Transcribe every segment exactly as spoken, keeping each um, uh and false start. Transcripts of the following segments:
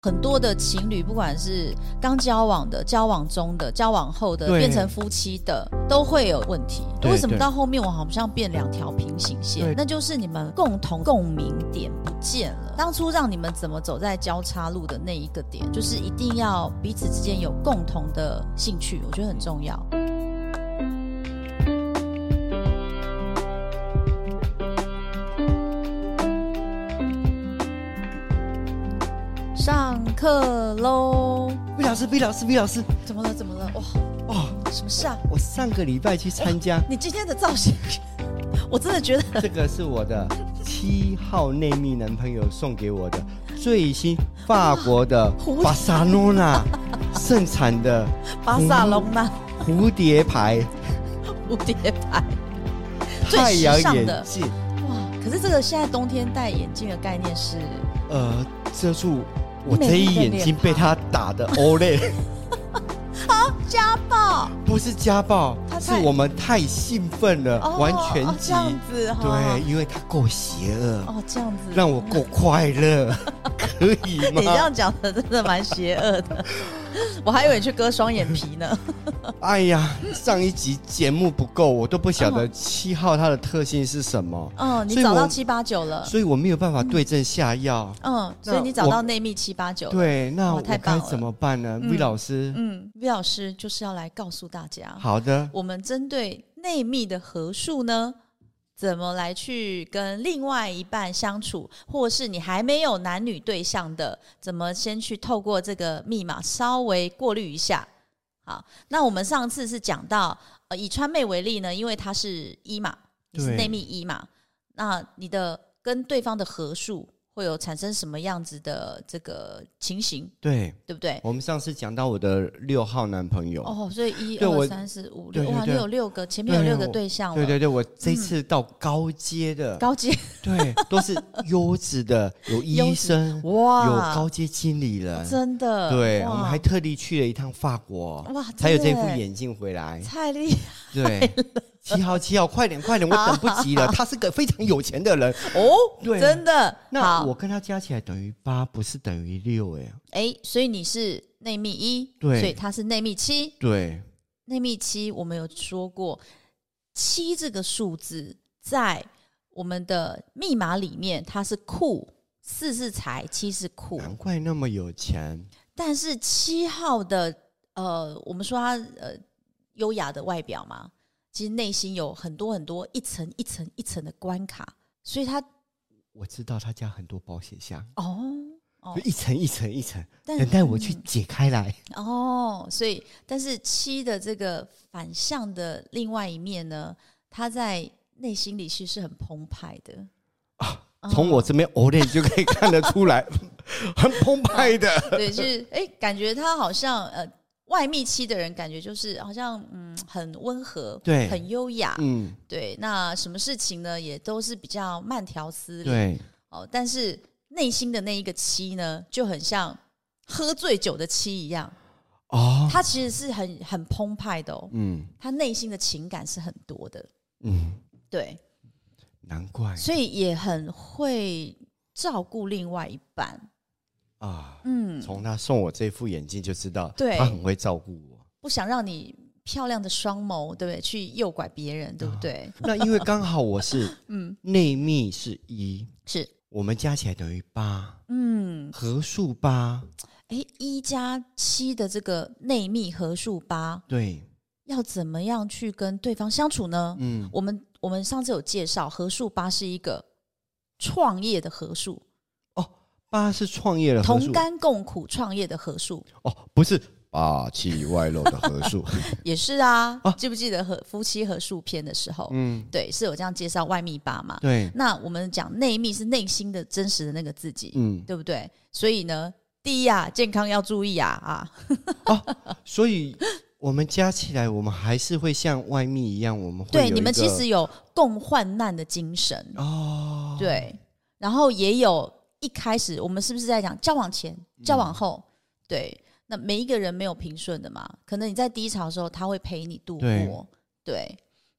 很多的情侣，不管是刚交往的、交往中的、交往后的，变成夫妻的，都会有问题。为什么到后面我好像变两条平行线？那就是你们共同共鸣点不见了。当初让你们怎么走在交叉路的那一个点，就是一定要彼此之间有共同的兴趣，我觉得很重要。上课喽 ！B 老师 ，B 老师 ，B 老师， 怎么了？怎么了？哇哇， 什么事啊？ 我上个礼拜去参加， 你今天的造型，我真的觉得这个是我的七号内密男朋友送给我的最新法国的巴塞罗那盛产的巴塞隆纳蝴蝶牌， 蝴蝶牌， 太阳眼镜。 哇！可是这个现在冬天戴眼镜的概念是， 呃，遮住我这一眼睛被他打的 Olay 啊，家暴不是家暴，是我们太兴奋了，哦、玩拳击、 哦、这样子、哦、 对，因为他够邪恶哦，这样子让我够快乐，可以吗？ 你这样讲的真的蛮邪恶的，我还以为你去割双眼皮呢。 哎呀，上一集节目不够，我都不晓得七号它的特性是什么。 嗯，你找到七八九了， 所以我没有办法对症下药。 嗯，所以你找到内密七八九。 对，那我该怎么办呢、嗯、？V 老师， 嗯 ，V 老师就是要来告诉大家， 好的， 我们针对内密的合数呢，怎么来去跟另外一半相处，或是你还没有男女对象的，怎么先去透过这个密码稍微过滤一下。好，那我们上次是讲到，呃，以川妹为例呢，因为她是一嘛，你是内密一嘛，那你的跟对方的合数会有产生什么样子的这个情形？对，对不对？ 我们上次讲到我的六号男朋友哦，所以一二三四五六，哇，你有六个，前面有六个对象了。 对对对，我这次到高阶的， 嗯、高阶， 对，都是优质的，有医生，哇，有高阶经理人， 真的。 对，我们还特地去了一趟法国，哇，才有这副眼镜回来， 太厉害了。 对。七号七号，快点快点，我等不及了。他是个非常有钱的人哦，对，真的。 那我跟他加起来等于八，不是等于六哎。 哎，所以你是内密一，对，所以他是内密七， 对。 内密七，我们有说过，七这个数字在我们的密码里面，它是酷，四是财，七是酷， 难怪那么有钱。 但是七号的，呃，我们说他呃优雅的外表嘛。其实内心有很多很多一层一层一层的关卡，所以他我知道他家很多保险箱哦，哦就一层一层一层，等待我去解开来、 嗯、哦。所以，但是七的这个反向的另外一面呢，他在内心里其实是很澎湃的啊。从我这边 Olay 就可以看得出来，很澎湃的。 对，就是哎，感觉他好像呃。外密七的人感觉就是好像嗯很温和， 对， 很优雅， 嗯， 对。那什么事情呢，也都是比较慢条斯理， 对。 哦，但是内心的那一个七呢，就很像喝醉酒的七一样，哦，他其实是很很澎湃的哦，嗯，他内心的情感是很多的，嗯，对， 难怪， 所以也很会照顾另外一半。 啊，嗯，从他送我这副眼镜就知道， 对， 他很会照顾我， 不想让你漂亮的双眸，对不对？去诱拐别人，对不对？啊、 那因为刚好我是，嗯，内密是一， 是我们加起来等于八，嗯，合数八， 哎，一加七的这个内密合数八， 对， 要怎么样去跟对方相处呢？嗯，我们我们上次有介绍，合数八是一个创业的合数。 八是创业的合数， 同甘共苦创业的合数哦，不是霸气外露的合数， 也是啊。啊记不记得和夫妻合数篇的时候，嗯，对，是有这样介绍外密八嘛？ 对。 那我们讲内密是内心的真实的那个自己，嗯，对不对？所以呢，第一啊，健康要注意啊啊！ 啊所以我们加起来，我们还是会像外密一样，我们会对你们其实有共患难的精神哦，对，然后也有。一开始我们是不是在讲交往前、交往后？嗯、对，那每一个人没有平顺的嘛，可能你在低潮的时候，他会陪你度过。对，对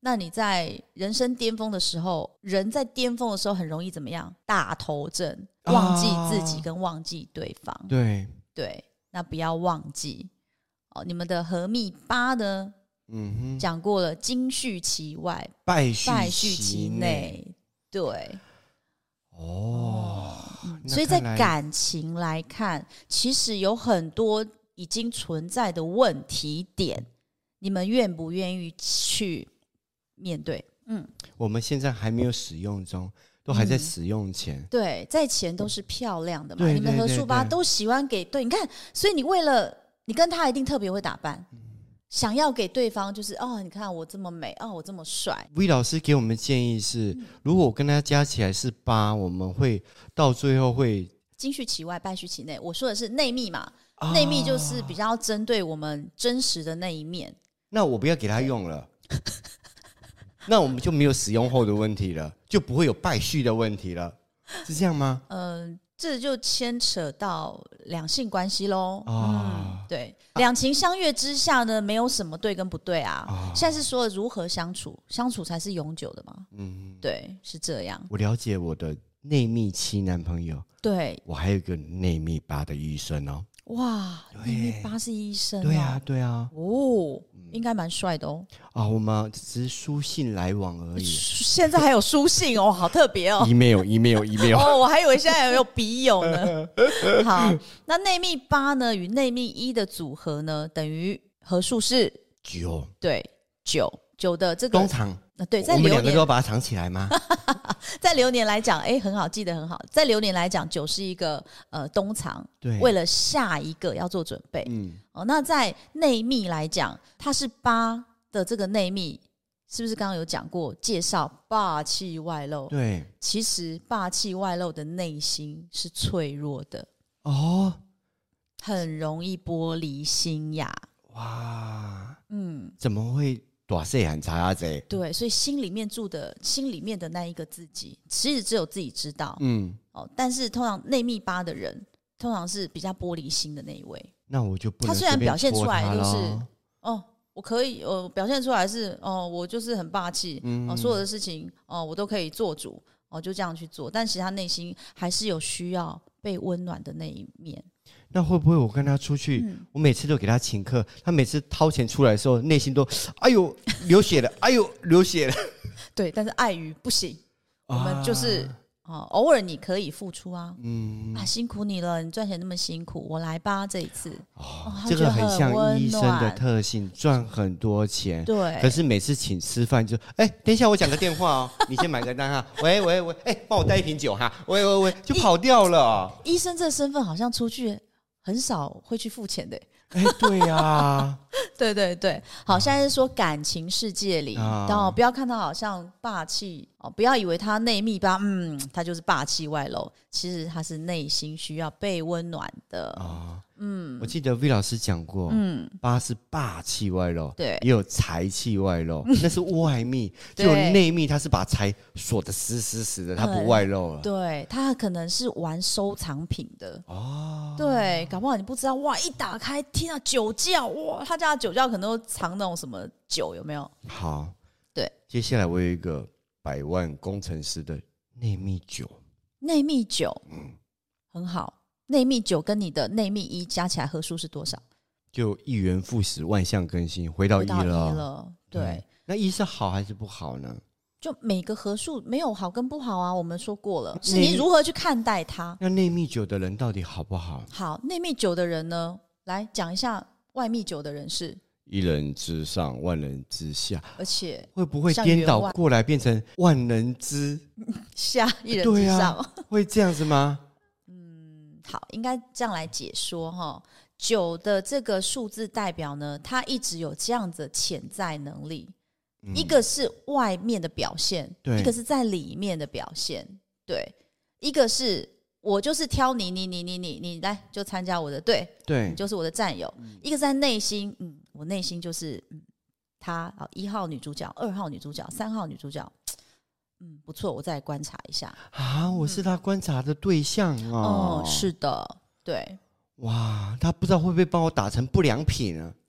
那你在人生巅峰的时候，人在巅峰的时候很容易怎么样？大头症，忘记自己跟忘记对方。 啊、对对，那不要忘记哦。你们的合密八呢？嗯哼，讲过了，金续其外， 败败絮其内。对， 哦、 嗯，所以在感情来看，其实有很多已经存在的问题点，你们愿不愿意去面对？嗯， 我们现在还没有使用中，都还在使用前。嗯、 对，在前都是漂亮的嘛。你们合数八都喜欢给对，你看，所以你为了你跟他一定特别会打扮。嗯，想要给对方就是哦，你看我这么美哦，我这么帅。 V 老师给我们建议是，嗯、如果我跟他加起来是八，我们会到最后会金续其外，败续其内。我说的是内密嘛，啊、内密就是比较针对我们真实的那一面。 那我不要给他用了，那我们就没有使用后的问题了，就不会有败絮的问题了，是这样吗？ 嗯、呃。这就牵扯到两性关系咯。哦、嗯，对，两情相悦之下呢，没有什么对跟不对啊。哦、现在是说如何相处，相处才是永久的嘛。嗯，对，是这样。 我了解我的内密七男朋友， 对我还有一个内密八的医生哦。 哇，内密八是医生、哦？ 对啊，对啊。 哦。应该蛮帅的哦。 啊，我们只是书信来往而已。 现在还有书信哦，好特别哦。 email email email。 哦，我还以为现在有笔友呢。好，那内密八呢与内密一的组合呢，等于合数是九。 对，九九的这个通常。 对，在我们流年两个都要把它藏起来吗？ 在流年来讲，哎，很好，记得很好。在流年来讲，九是一个呃东藏， 对， 为了下一个要做准备。嗯，哦，那在内密来讲，它是八的这个内密，是不是刚刚有讲过介绍霸气外露？ 对， 其实霸气外露的内心是脆弱的哦， 很容易玻璃心呀。 哇，嗯，怎么会？大细很差啊，这对，所以心里面住的心里面的那一个自己，其实只有自己知道。嗯，哦，但是通常内密八的人，通常是比较玻璃心的那一位。 那我就不能他虽然表现出来就是哦，我可以，呃，表现出来是哦，我就是很霸气，嗯、哦，所有的事情哦，我都可以做主，哦，就这样去做。但其实他内心还是有需要被温暖的那一面。 那会不会我跟他出去，嗯、我每次都给他请客，他每次掏钱出来的时候，内心都哎呦流血了，哎呦流血了。 对，但是碍于不行，我们就是、啊哦、偶尔你可以付出啊，嗯啊，辛苦你了，你赚钱那么辛苦，我来吧这一次。哦，哦这个很像医生的特性，赚很多钱。 对， 可是每次请吃饭就，哎，等一下我讲个电话哦，你先买个单哈，喂喂喂，哎，帮我带一瓶酒哈，喂喂喂，就跑掉了。 医生这身份好像出去很少会去付钱的。 哎，对呀、啊， 对对对，好，现在是说感情世界里，然后、啊、不要看他好像霸气哦，不要以为他内密吧，嗯，他就是霸气外露，其实他是内心需要被温暖的。啊， 嗯，我记得 V 老师讲过，嗯，八是霸气外露， 对， 也有财气外露，那是外密，只有内密，他是把财锁得死死死的，他不外露了。 对，他可能是玩收藏品的哦，对，搞不好你不知道，哇，一打开。天啊，酒窖哇！他家的酒窖可能都藏那种什么酒，有没有？ 好， 对。 接下来我有一个百万工程师的内密酒， 内密酒，嗯，很好。内密酒跟你的内密一加起来合数是多少？ 就一元复始，万象更新，回到一了。回到一了，对。嗯、 那一是好还是不好呢？ 就每个合数没有好跟不好啊，我们说过了，是你如何去看待它。 那内密酒的人到底好不好？ 好，内密酒的人呢？来讲一下外密酒的人是一人之上，万人之下， 而且会不会颠倒过来变成万人之下，一人之上？ 啊、会这样子吗？ 嗯，好，应该这样来解说哈。九的这个数字代表呢，它一直有这样子的潜在能力、嗯，一个是外面的表现，一个是在里面的表现，对，一个是。我就是挑你，你你你你你来就参加我的队， 对， 你就是我的战友。嗯、一个在内心，嗯，我内心就是嗯，他啊，一号女主角，二号女主角，三号女主角，嗯，不错，我再来观察一下啊，我是他观察的对象哦。 哦，是的，对。 哇，他不知道会不会帮我打成不良品啊？ 嗯，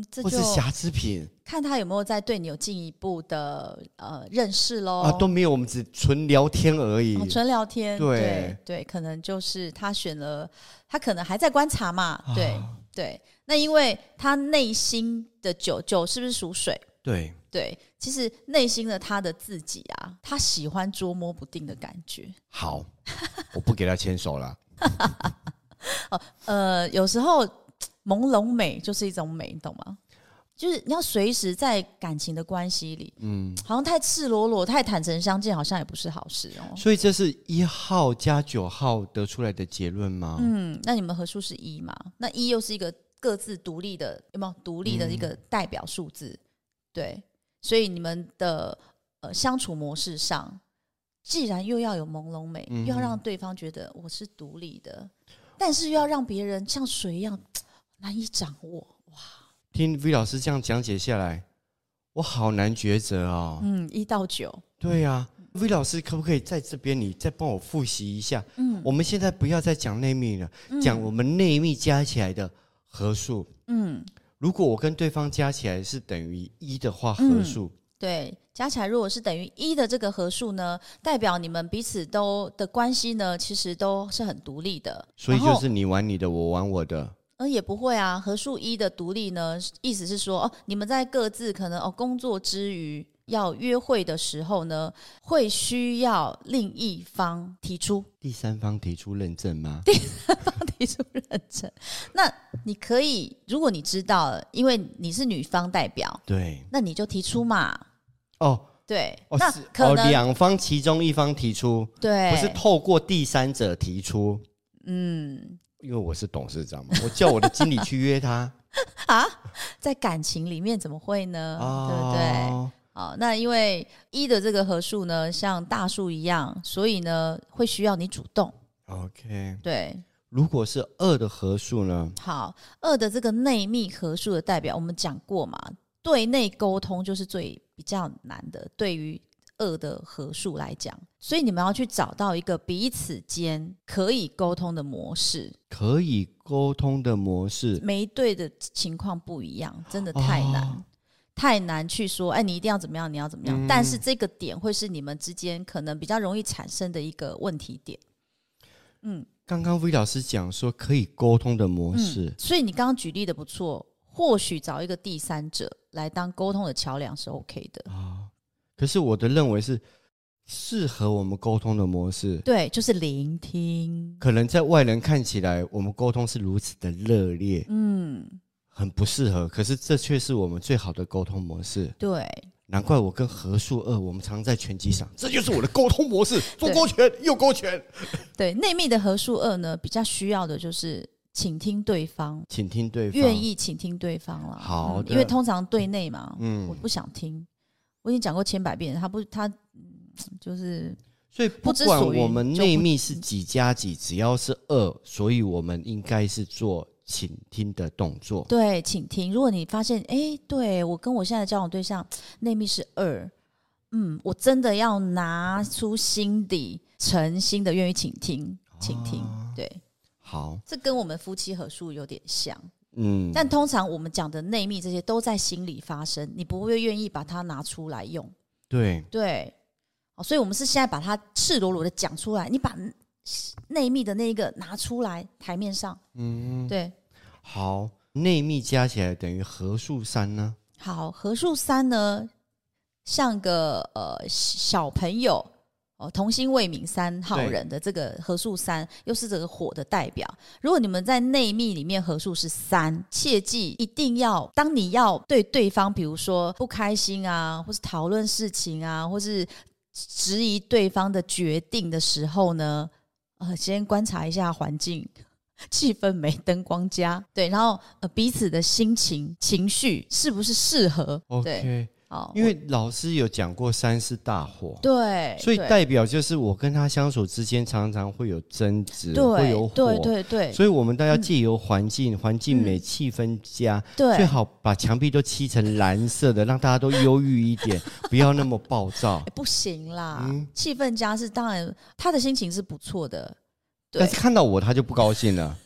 嗯，这或是瑕疵品， 看他有没有在对你有进一步的呃认识咯。 啊，都没有，我们只纯聊天而已， 哦、纯聊天， 对对, 对，可能就是他选了，他可能还在观察嘛， 啊、 对对。那因为他内心的酒，酒是不是属水？ 对对，其实内心的他的自己啊，他喜欢捉摸不定的感觉。 好，我不给他牵手了。 哦，呃，有时候朦胧美就是一种美，你懂吗？就是你要随时在感情的关系里，嗯，好像太赤裸裸、太坦诚相见，好像也不是好事哦。 所以这是一号加九号得出来的结论吗？ 嗯，那你们合数是一嘛？那一又是一个各自独立的，有没有独立的一个代表数字？嗯、对，所以你们的呃相处模式上，既然又要有朦胧美，嗯、又要让对方觉得我是独立的，但是又要让别人像水一样难以掌握，哇！ 听 V 老师这样讲解下来，我好难抉择哦。 嗯，一到九， 对啊。V 老师可不可以在这边你再帮我复习一下？嗯，我们现在不要再讲内密了，讲、嗯、我们内密加起来的合数。嗯，如果我跟对方加起来是等于一的话，合数、嗯、 对，加起来如果是等于一的这个合数呢，代表你们彼此都的关系呢，其实都是很独立的。 所以就是你玩你的，我玩我的。 呃，也不会啊，合数一的独立呢，意思是说，哦，你们在各自可能哦工作之余要约会的时候呢，会需要另一方提出， 第三方提出认证吗？ 第三方提出认证，那你可以，如果你知道了，因为你是女方代表， 对， 那你就提出嘛。 哦， 对， 哦、 那可能、 哦、两方其中一方提出， 对， 不是透过第三者提出， 嗯。 因为我是董事长嘛，我叫我的经理去约他啊，在感情里面怎么会呢？哦、对不对？好，那因为一的这个合数呢，像大数一样，所以呢会需要你主动。 OK， 对。 如果是二的合数呢？ 好，二的这个内密合数的代表，我们讲过嘛，对内沟通就是最比较难的，对于二的合数来讲，所以你们要去找到一个彼此间可以沟通的模式。 可以沟通的模式， 每一对的情况不一样，真的太难、哦、太难去说，哎，你一定要怎么样，你要怎么样、嗯、但是这个点会是你们之间可能比较容易产生的一个问题点。嗯， 刚刚 V 老师讲说可以沟通的模式、嗯、 所以你刚刚举例的不错，或许找一个第三者来当沟通的桥梁是 OK 的、 哦，可是我的认为是适合我们沟通的模式， 对，就是聆听。 可能在外人看起来我们沟通是如此的热烈，嗯，很不适合，可是这却是我们最好的沟通模式。 对， 难怪我跟合数二我们常在拳击上，这就是我的沟通模式，左勾拳右勾拳。 对，内密的合数二呢，比较需要的就是倾听对方， 倾听对方， 愿意倾听对方了。 好的、 嗯，因为通常对内嘛，嗯，我不想听。我已经讲过千百遍，他不，他、嗯、就是， 所以不管我们内密是几加几，只要是二，所以我们应该是做倾听的动作。 对，倾听。如果你发现，哎，对我跟我现在的交往对象内密是二，嗯，我真的要拿出心底，诚心的愿意倾听，倾听、啊，对， 好， 这跟我们夫妻合数有点像。嗯，但通常我们讲的内密这些都在心里发生，你不会愿意把它拿出来用。 对对，所以我们是现在把它赤裸裸的讲出来，你把内密的那个拿出来台面上。嗯，对。 好，内密加起来等于合数三呢？ 好，合数三呢，像个呃小朋友。哦、童心未泯三号人的这个合数三又是这个火的代表，如果你们在内密里面合数是三，切记一定要当你要对对方比如说不开心啊，或是讨论事情啊，或是质疑对方的决定的时候呢，呃，先观察一下环境气氛没灯光佳，对，然后、呃、彼此的心情情绪是不是适合、 okay. 对， 因为老师有讲过三是大火， 对， 所以代表就是我跟他相处之间常常会有争执，会有火， 对对对， 所以我们都要借由环境，环、嗯、境美，气氛佳，对，最好把墙壁都漆成蓝色的，让大家都忧郁一点，不要那么暴躁。 欸、不行啦，嗯、气氛佳是当然，他的心情是不错的，对， 但是看到我他就不高兴了。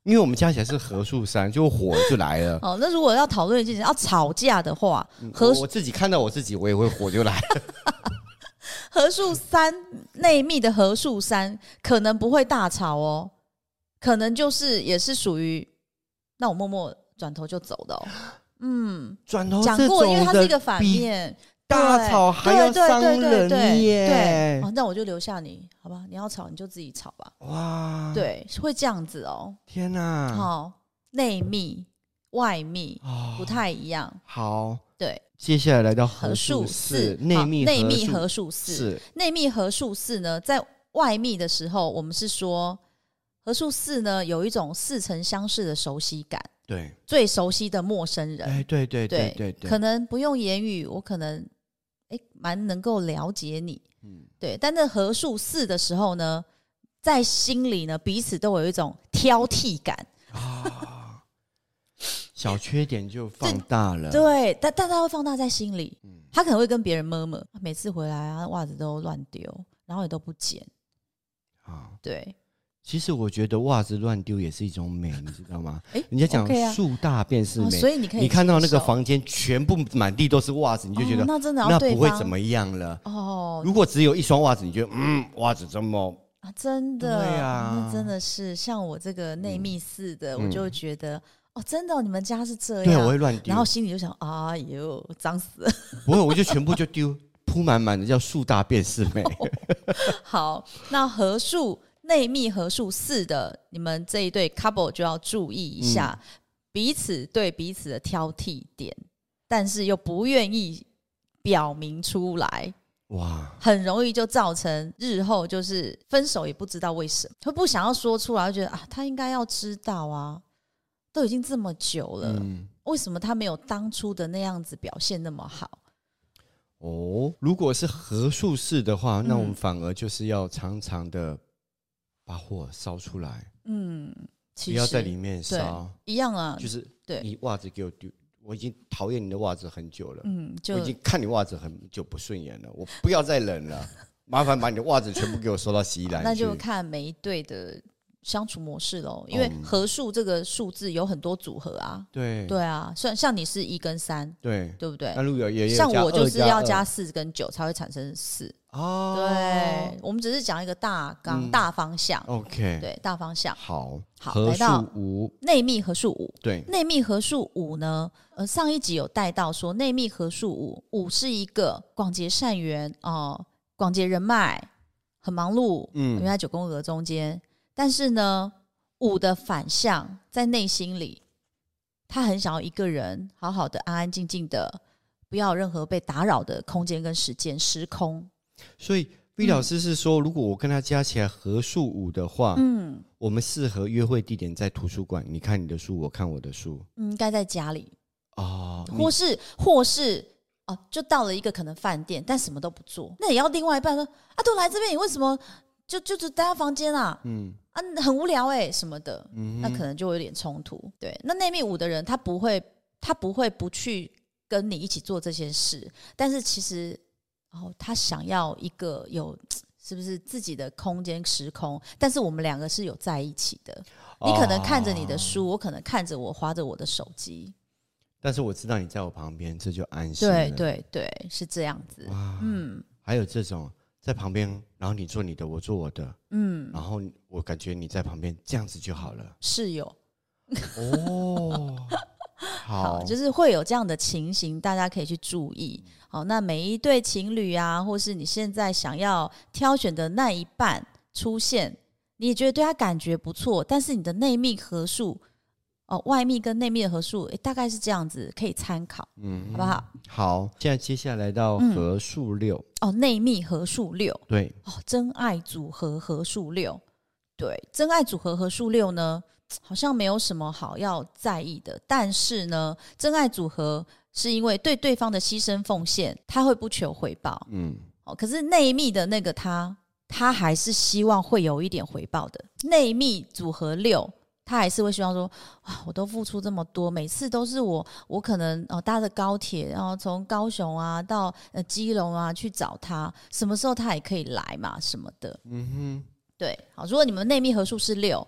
因为我们加起来是合数三，就火就来了。 哦，那如果要讨论一件事，要吵架的话， 合我, 我自己看到我自己，我也会火就来了。 合数三内密的合数三可能不会大吵哦，可能就是也是属于那我默默转头就走的哦。嗯， 转头讲过，因为它是一个反面。 大吵还要伤人耶！ 对，哦，那我就留下你，好吧？你要吵你就自己吵吧。 哇， 对，会这样子哦。 天哪！ 好，内密、外密、哦、不太一样。 好， 对， 接下来来到合数四，内密内密合数四。内密合数四呢，在外密的时候，我们是说合数四呢有一种似曾相识的熟悉感。 对， 最熟悉的陌生人。 哎，对对对对 对, 对， 可能不用言语，我可能哎蛮能够了解你。嗯，对。但在合数四的时候呢，在心里呢，彼此都有一种挑剔感啊，小缺点就放大了。 对，但但他会放大在心里。嗯，他可能会跟别人摸摸，每次回来啊，袜子都乱丢，然后也都不捡。啊，对。 其实我觉得袜子乱丢也是一种美，你知道吗？欸、人家讲树大便是美、 哦，所以你可以你看到那个房间全部满地都是袜子，你就觉得、哦、 那真的要那不会怎么样了。哦，如果只有一双袜子，你觉得嗯，袜子这么啊，真的， 对啊， 那真的是像我这个内密式的，嗯、我就觉得、嗯、哦，真的、哦，你们家是这样， 对，我会乱丢， 然后心里就想，哎呦，脏死了。 不会，我就全部就丢，铺满满的，叫树大便是美。 好，那合数。内密合数四的你们这一对 couple 就要注意一下、嗯、彼此对彼此的挑剔点，但是又不愿意表明出来，哇，很容易就造成日后就是分手也不知道为什么，会不想要说出来，就觉得啊，他应该要知道啊，都已经这么久了、嗯、为什么他没有当初的那样子表现那么好。 哦，如果是合数四的话、嗯、那我们反而就是要常常的把火烧出来，嗯，不要在里面烧， 一样啊， 就是你袜子给我丢，我已经讨厌你的袜子很久了，嗯， 就我已经看你袜子很久不顺眼了，我不要再忍了，麻烦把你的袜子全部给我收到洗衣篮去。 那就看每一对的相处模式咯，因为合数这个数字有很多组合啊， 对对啊，像像你是一跟三， 对对不对？ 那如果也像我就是要加四跟九才会产生四。 哦， 对，我们只是讲一个大纲、嗯、大方向 ，OK， 对，大方向。 好， 好， 合数五， 内密合数五， 对， 内密合数五呢，呃，上一集有带到说，内密合数五，五是一个广结善缘哦，广结人脉，很忙碌，嗯，因为在九宫格中间，但是呢，五的反向在内心里，他很想要一个人好好的、安安静静的，不要有任何被打扰的空间跟时间、时空。 所以 V 老师是说、嗯、如果我跟他加起来合数五的话，嗯，我们适合约会地点在图书馆，你看你的书，我看我的书， 应该在家里哦， 或是或是哦，就到了一个可能饭店，但什么都不做，那也要另外一半说啊，都来这边，你为什么就就只待在房间啊？嗯啊，很无聊哎、欸、什么的，嗯，那可能就有点冲突。对，那内密五的人，他不会，他不会不去跟你一起做这些事，但是其实。哦，他想要一个有是不是自己的空间时空，但是我们两个是有在一起的。你可能看着你的书，我可能看着我滑着我的手机， 但是我知道你在我旁边，这就安心了。 对对对，是这样子。嗯， 还有这种在旁边，然后你做你的，我做我的，嗯，然后我感觉你在旁边，这样子就好了。 室友。 哦。好, 好，就是会有这样的情形，大家可以去注意。好，那每一对情侣啊，或是你现在想要挑选的那一半出现，你也觉得对他感觉不错，但是你的内密合数哦，外密跟内密的合数，大概是这样子，可以参考，嗯，好不好？ 好，现在接下来到合数六、 嗯、哦，内密合数六， 对， 哦，真爱组合合数六，对，真爱组合合数六呢？好像没有什么好要在意的，但是呢，真爱组合是因为对对方的牺牲奉献，他会不求回报，嗯，哦，可是内密的那个他，他还是希望会有一点回报的。内密组合六，他还是会希望说，啊，我都付出这么多，每次都是我，我可能哦搭着高铁，然后从高雄啊到呃基隆啊去找他，什么时候他也可以来嘛，什么的，嗯哼，对，好，如果你们内密合数是六。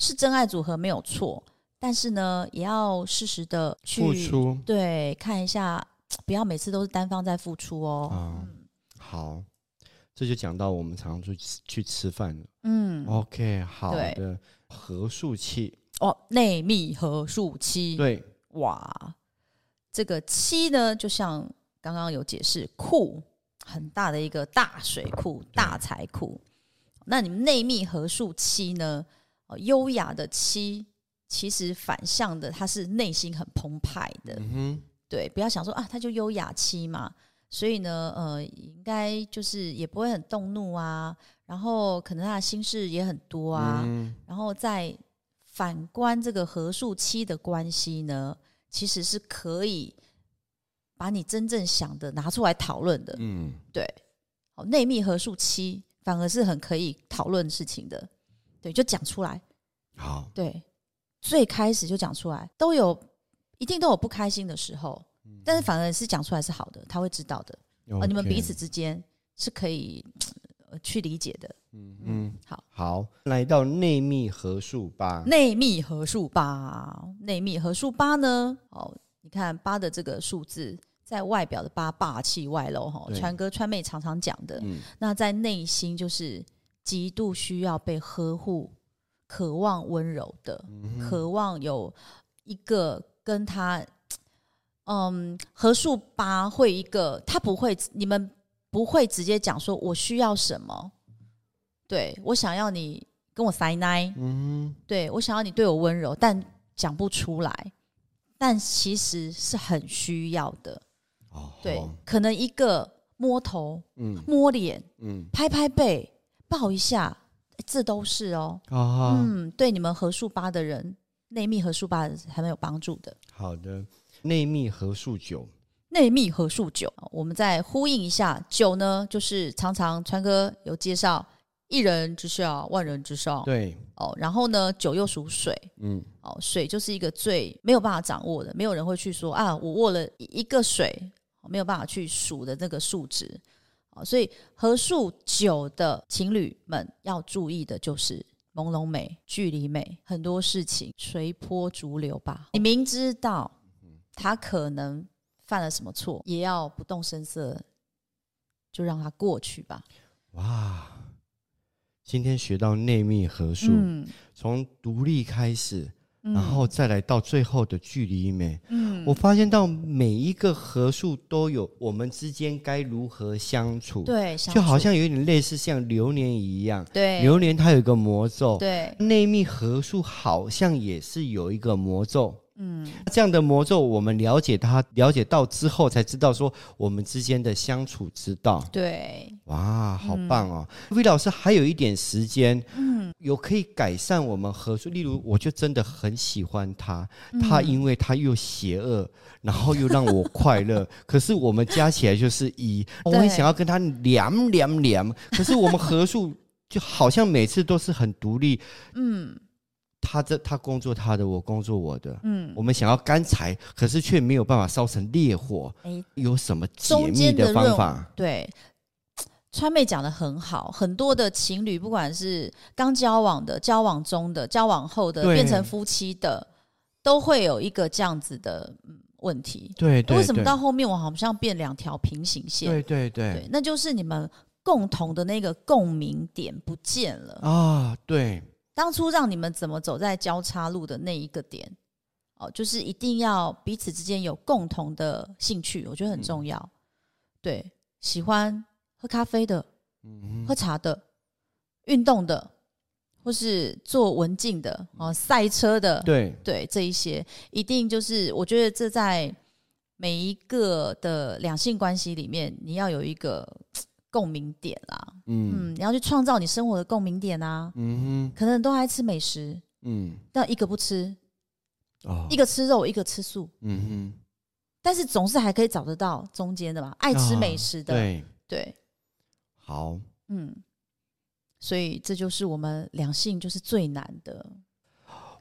是真爱组合没有错，但是呢，也要适时的去付出， 对，看一下，不要每次都是单方在付出哦。 啊、 嗯、 好，这就讲到我们常常去去吃饭了。 嗯 OK， 好的，合数期哦，内密合数期， 对， 哇，这个期呢，就像刚刚有解释，库很大的一个大水库、大财库。那你们内密合数期呢？哦，优雅的期，其实反向的，它是内心很澎湃的。 嗯哼， 对，不要想说啊，它就优雅期嘛，所以呢，呃，应该就是也不会很动怒啊，然后可能他的心事也很多啊， 嗯、 然后再反观这个合数期的关系呢，其实是可以把你真正想的拿出来讨论的。 嗯， 对，好，内密合数期反而是很可以讨论事情的。对，就讲出来。 好， 对，最开始就讲出来，都有一定都有不开心的时候，嗯、但是反而是讲出来是好的，他会知道的。 Okay 哦，你们彼此之间是可以、呃、去理解的。 嗯嗯， 好， 好，来到内密合数八， 内密合数八，内密合数八呢？哦，你看八的这个数字，在外表的八霸气外露哈，川哥川妹常常讲的。嗯、那在内心就是极度需要被呵护，渴望温柔的，嗯、渴望有一个跟他，嗯，合数八会一个，他不会，你们不会直接讲说我需要什么。对，我想要你跟我塞奶，嗯，对，我想要你对我温柔，但讲不出来，但其实是很需要的。哦，对，哦、可能一个摸头，嗯，摸脸，嗯，拍拍背，抱一下，这都是哦。哦，嗯，对你们合数八的人，内密合数八还蛮有帮助的。 好的，内密合数九。 内密合数九，我们再呼应一下，九呢，就是常常川哥有介绍。一人之下，万人之上。 对， 哦，然后呢，酒又属水，嗯，哦，水就是一个最没有办法掌握的，没有人会去说啊，我握了一个水，没有办法去数的那个数值，哦，所以合数九的情侣们要注意的就是朦胧美、距离美，很多事情随波逐流吧。你明知道他可能犯了什么错，也要不动声色，就让他过去吧。 哇！今天学到内密合数，从、嗯、独立开始，嗯、然后再来到最后的距离美。嗯，我发现到每一个合数都有我们之间该如何相处， 对， 就好像有点类似像流年一样。 对， 流年它有一个魔咒， 对， 内密合数好像也是有一个魔咒。嗯，这样的魔咒我们了解它，了解到之后才知道说我们之间的相处之道。 对， 哇，好棒哦！魏、嗯、老师还有一点时间，嗯，有可以改善我们合数。例如，我就真的很喜欢他，嗯、他因为他又邪恶，然后又让我快乐，可是我们加起来就是一，我很想要跟他凉凉凉，可是我们合数就好像每次都是很独立，嗯。他这他工作他的，我工作我的。嗯，我们想要干柴，可是却没有办法烧成烈火。哎，有什么解密的方法？ 对，川妹讲的很好，很多的情侣，不管是刚交往的、交往中的、交往后的、变成夫妻的，都会有一个这样子的问题。 对 对, 对， 为什么到后面我好像变两条平行线？ 对对 对, 对，那就是你们共同的那个共鸣点不见了啊！对。 当初让你们怎么走在交叉路的那一个点，哦，就是一定要彼此之间有共同的兴趣，我觉得很重要。嗯、对，喜欢喝咖啡的，嗯、喝茶的，运动的，或是做文静的，哦，赛车的， 对对，这一些一定就是我觉得这在每一个的两性关系里面，你要有一个共鸣点啦，嗯, 嗯，你要去创造你生活的共鸣点啊，嗯哼，可能都爱吃美食，嗯，但一个不吃，哦，一个吃肉，一个吃素，嗯哼，但是总是还可以找得到中间的嘛，爱吃美食的，哦、对对， 好， 嗯，所以这就是我们两性就是最难的。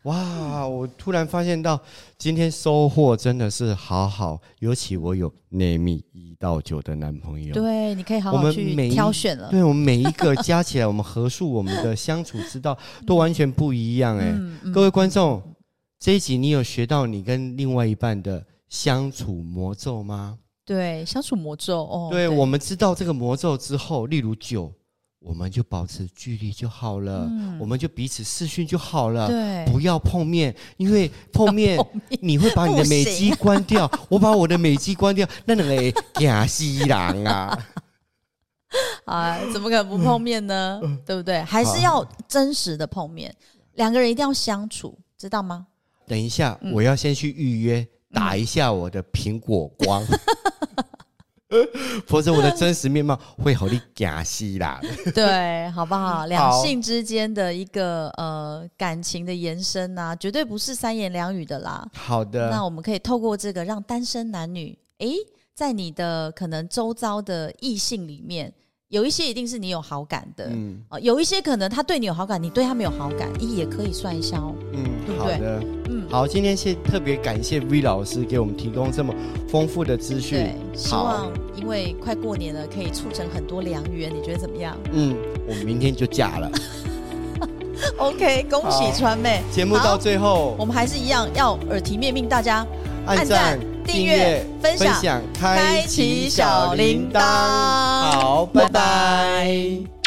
哇，我突然发现到今天收获真的是好好，尤其我有内密一到九的男朋友， 对，你可以好好去挑选了。 对，我们每一个加起来，我们合数我们的相处之道都完全不一样哎、嗯嗯。各位观众，这一集你有学到你跟另外一半的相处魔咒吗？ 对，相处魔咒哦。 对，我们知道这个魔咒之后，例如酒。我们就保持距离就好了、嗯、我们就彼此视讯就好了， 对， 不要碰面，因为碰面你会把你的美肌关掉，我把我的美肌关掉，那两个假西郎啊啊，怎么可能不碰面呢、嗯、对不对？还是要真实的碰面，两个人一定要相处，知道吗？ 等一下、嗯、我要先去预约打一下我的苹果光、嗯否则我的真实面貌会好你假戏啦。 对，好不好？两性之间的一个呃感情的延伸啊，绝对不是三言两语的啦。 好的， 那我们可以透过这个，让单身男女，哎，在你的可能周遭的异性里面，有一些一定是你有好感的，嗯、呃，有一些可能他对你有好感，你对他没有好感，也可以算一下哦。嗯，对不对？ 好的，嗯，好，今天谢特别感谢 V 老师给我们提供这么丰富的资讯。 对，希望因为快过年了，可以促成很多良缘，你觉得怎么样？ 嗯，我明天就嫁了。 OK， 恭喜川妹。 节目到最后， 我们还是一样要耳提面命大家按赞、订阅、分享、开启小铃铛。好，拜拜。